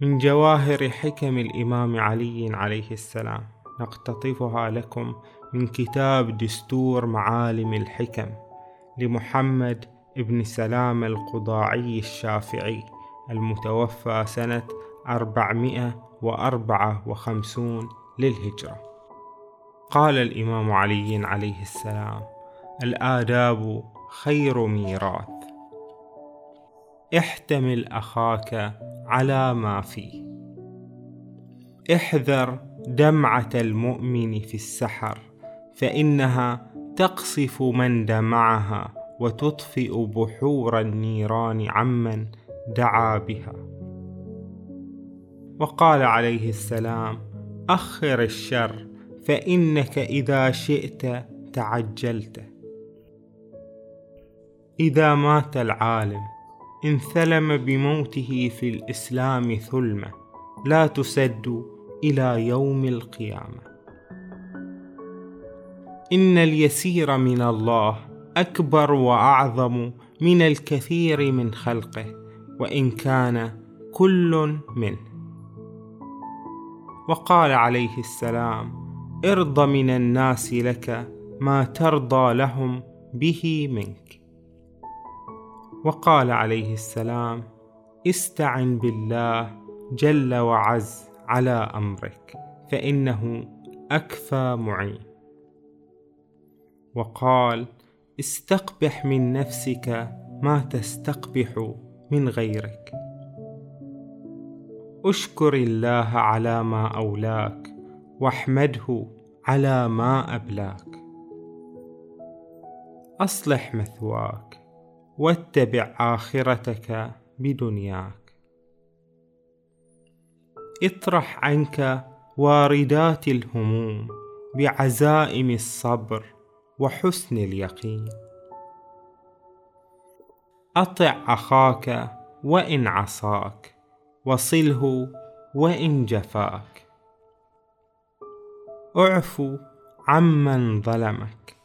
من جواهر حكم الإمام علي عليه السلام نقتطفها لكم من كتاب دستور معالم الحكم لمحمد ابن سلام القضاعي الشافعي المتوفى سنة 454 للهجرة. قال الإمام علي عليه السلام: الآداب خير ميراث، احتمل أخاك على ما فيه، احذر دمعة المؤمن في السحر فإنها تقصف من دمعها وتطفئ بحور النيران عمن دعا بها. وقال عليه السلام: أخر الشر فإنك إذا شئت تعجلته. إذا مات العالم انثلم بموته في الإسلام ثلمة لا تسد إلى يوم القيامة. إن اليسير من الله أكبر وأعظم من الكثير من خلقه وإن كان كل منه. وقال عليه السلام: ارض من الناس لك ما ترضى لهم به منك. وقال عليه السلام: استعن بالله جل وعز على أمرك فإنه أكفى معين. وقال: استقبح من نفسك ما تستقبح من غيرك. اشكر الله على ما أولاك واحمده على ما أبلاك. أصلح مثواك واتبع آخرتك بدنياك. اطرح عنك واردات الهموم بعزائم الصبر وحسن اليقين. أطع أخاك وإن عصاك وصله وإن جفاك. اعفو عمن ظلمك.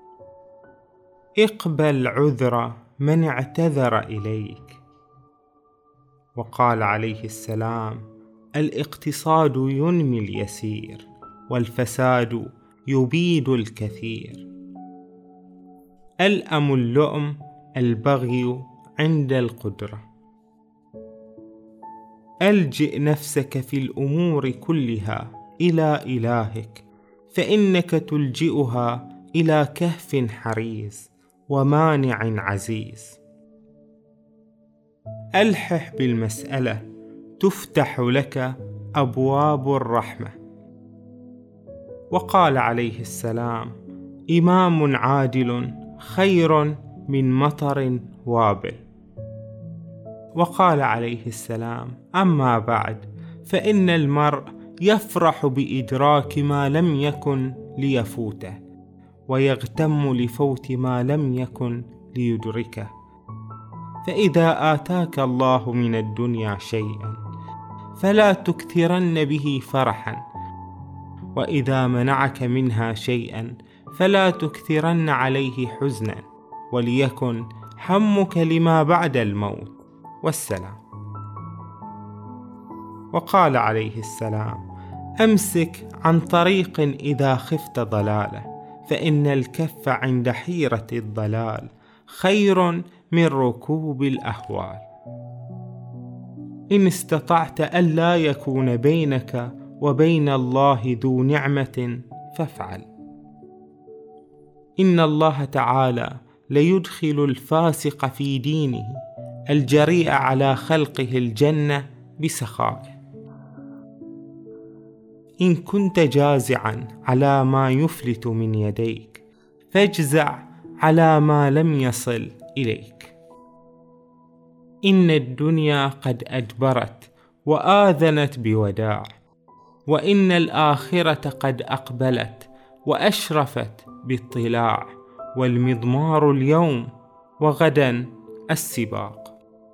اقبل عذر من اعتذر إليك. وقال عليه السلام: الاقتصاد ينمي اليسير والفساد يبيد الكثير. ألأم اللؤم البغي عند القدرة. ألجئ نفسك في الأمور كلها إلى إلهك فإنك تلجئها إلى كهف حريز ومانع عزيز. ألحح بالمسألة تفتح لك أبواب الرحمة. وقال عليه السلام: إمام عادل خير من مطر وابل. وقال عليه السلام: أما بعد فإن المرء يفرح بإدراك ما لم يكن ليفوته ويغتم لفوت ما لم يكن ليدركه. فإذا آتاك الله من الدنيا شيئا فلا تكثرن به فرحا، وإذا منعك منها شيئا فلا تكثرن عليه حزنا، وليكن همك لما بعد الموت. والسلام. وقال عليه السلام: أمسك عن طريق إذا خفت ضلاله فإن الكف عند حيرة الضلال خير من ركوب الأهوال. إن استطعت ألا يكون بينك وبين الله ذو نعمة فافعل. إن الله تعالى ليدخل الفاسق في دينه الجريء على خلقه الجنة بسخائه. إن كنت جازعا على ما يفلت من يديك فاجزع على ما لم يصل إليك. إن الدنيا قد أدبرت وآذنت بوداع، وإن الآخرة قد أقبلت وأشرفت باطلاع، والمضمار اليوم وغدا السباق.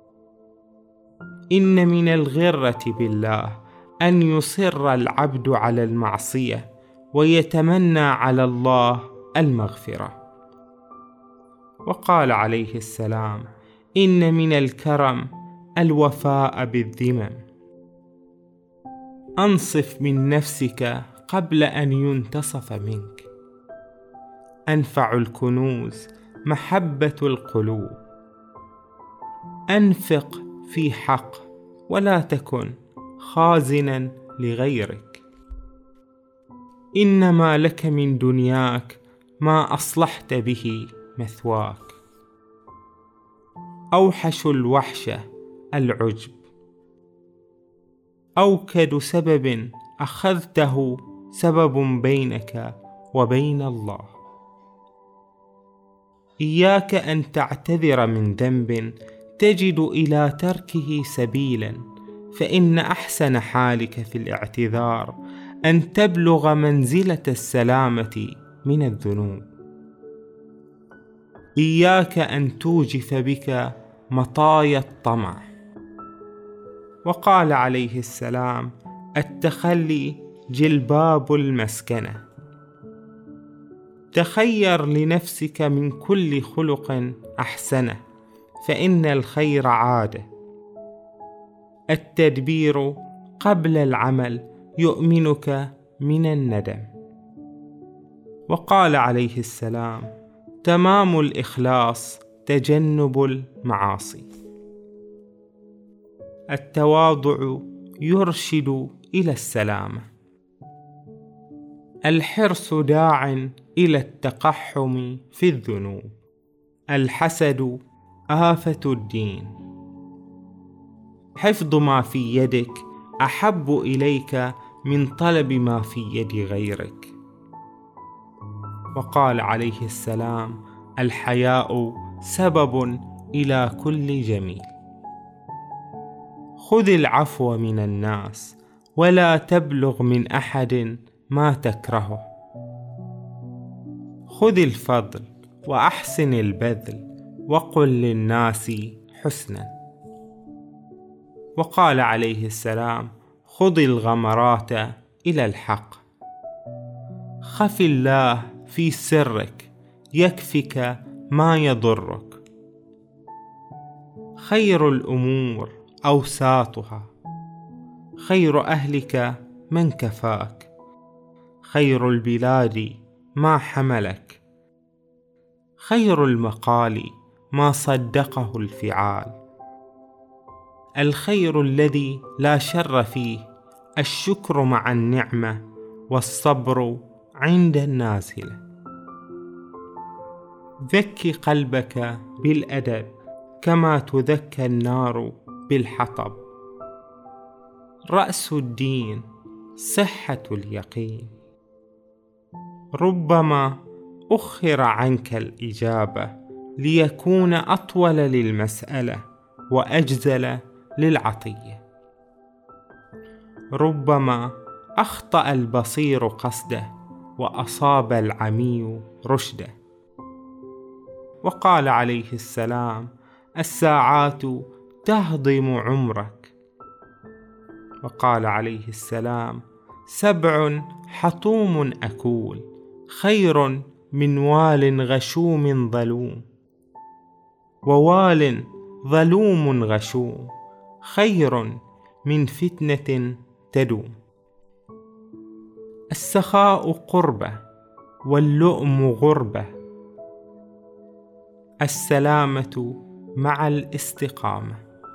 إن من الغرة بالله أن يصر العبد على المعصية ويتمنى على الله المغفرة. وقال عليه السلام: إن من الكرم الوفاء بالذمم. أنصف من نفسك قبل أن ينتصف منك. أنفع الكنوز محبة القلوب. أنفق في حق ولا تكن خازنا لغيرك. إنما لك من دنياك ما أصلحت به مثواك. أوحش الوحشة العجب. أوكد سبب أخذته سبب بينك وبين الله. إياك أن تعتذر من ذنب تجد إلى تركه سبيلا، فإن أحسن حالك في الاعتذار أن تبلغ منزلة السلامة من الذنوب. إياك أن توجف بك مطايا الطمع. وقال عليه السلام: التخلي جلباب المسكنة. تخير لنفسك من كل خلق أحسنه، فإن الخير عادة. التدبير قبل العمل يؤمنك من الندم. وقال عليه السلام: تمام الإخلاص تجنب المعاصي. التواضع يرشد إلى السلامة. الحرص داع إلى التقحم في الذنوب. الحسد آفة الدين. حفظ ما في يدك أحب إليك من طلب ما في يد غيرك. وقال عليه السلام: الحياء سبب إلى كل جميل. خذ العفو من الناس ولا تبلغ من أحد ما تكرهه. خذ الفضل وأحسن البذل وقل للناس حسنا. وقال عليه السلام: خذ الغمرات إلى الحق. خف الله في سرك يكفك ما يضرك. خير الأمور أوساطها. خير أهلك من كفاك. خير البلاد ما حملك. خير المقال ما صدقه الفعال. الخير الذي لا شر فيه الشكر مع النعمة والصبر عند النازلة. ذكي قلبك بالأدب كما تذكى النار بالحطب. رأس الدين صحة اليقين. ربما أخر عنك الإجابة ليكون أطول للمسألة وأجزل للعطية. ربما أخطأ البصير قصده وأصاب العمي رشده. وقال عليه السلام: الساعات تهضم عمرك. وقال عليه السلام: 7 حطوم أكول خير من وال غشوم ظلوم. ووال ظلوم غشوم خير من فتنة تدوم. السخاء قربة واللؤم غربة. السلامة مع الاستقامة.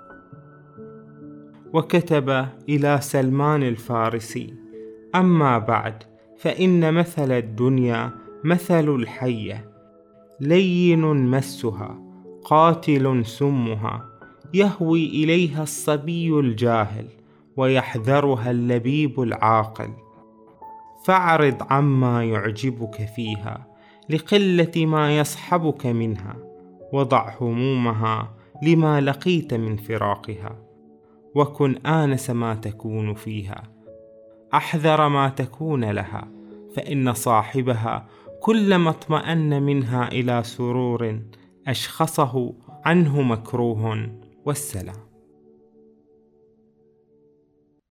وكتب إلى سلمان الفارسي: أما بعد، فإن مثل الدنيا مثل الحية، لين مسها قاتل سمها، يهوي إليها الصبي الجاهل ويحذرها اللبيب العاقل. فاعرض عما يعجبك فيها لقلة ما يصحبك منها، وضع همومها لما لقيت من فراقها، وكن آنس ما تكون فيها، أحذر ما تكون لها، فإن صاحبها كلما اطمأن منها إلى سرور أشخصه عنه مكروه. والسلام.